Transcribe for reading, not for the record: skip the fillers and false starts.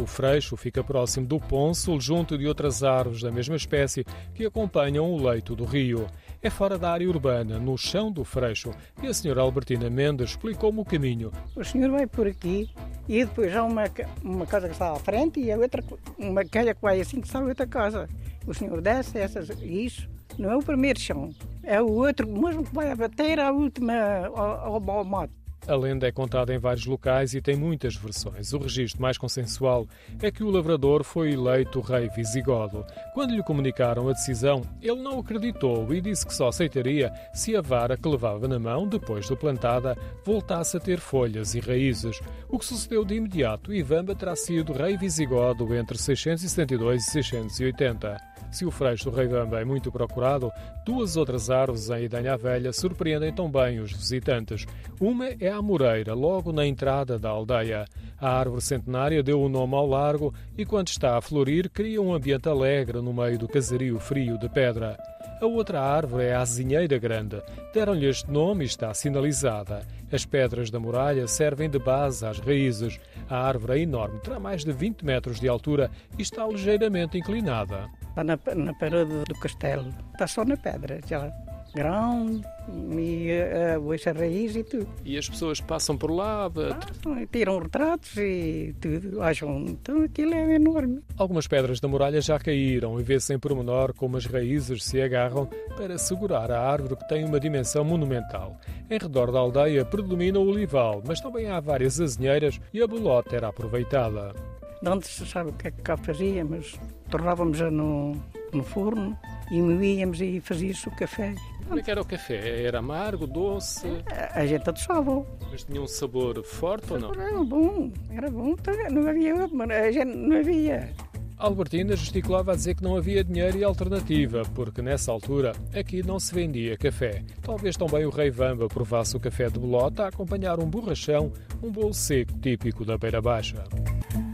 do Freixo fica próximo do Ponço, junto de outras árvores da mesma espécie que acompanham o leito do rio. É fora da área urbana, no chão do Freixo, e a senhora Albertina Mendes explicou-me o caminho. O senhor vai por aqui e depois há uma casa que está à frente e a outra, uma calha que vai assim que está a outra casa. O senhor desce isso, não é o primeiro chão, é o outro, mesmo que vai a bater a última ao mato. A lenda é contada em vários locais e tem muitas versões. O registro mais consensual é que o lavrador foi eleito rei visigodo. Quando lhe comunicaram a decisão, ele não acreditou e disse que só aceitaria se a vara que levava na mão, depois de plantada, voltasse a ter folhas e raízes. O que sucedeu de imediato, e Vamba terá sido rei visigodo entre 672 e 680. Se o Freixo do Rei Vamba é muito procurado, duas outras árvores em Idanha Velha surpreendem também os visitantes. Uma é a Amoreira, logo na entrada da aldeia. A árvore centenária deu o nome ao largo e, quando está a florir, cria um ambiente alegre no meio do casario frio de pedra. A outra árvore é a Azinheira Grande. Deram-lhe este nome e está sinalizada. As pedras da muralha servem de base às raízes. A árvore é enorme, terá mais de 20 metros de altura e está ligeiramente inclinada. Está na parede do castelo, está só na pedra, já grão e a raiz e tudo. E as pessoas passam por lá? Tiram retratos e tudo, acham, então aquilo é enorme. Algumas pedras da muralha já caíram e vê-se em pormenor como as raízes se agarram para segurar a árvore que tem uma dimensão monumental. Em redor da aldeia predomina o olival, mas também há várias azinheiras e a bolota era aproveitada. De onde se sabe o que é que cá fazíamos? Torrávamos no forno e moíamos e fazia-se o café. Como é que era o café? Era amargo, doce? A gente adoçava. Mas tinha um sabor forte ou não? Era bom. Não havia, a gente não havia. Albertina gesticulava a dizer que não havia dinheiro e alternativa, porque nessa altura aqui não se vendia café. Talvez também o rei Vamba provasse o café de bolota a acompanhar um borrachão, um bolo seco típico da Beira Baixa.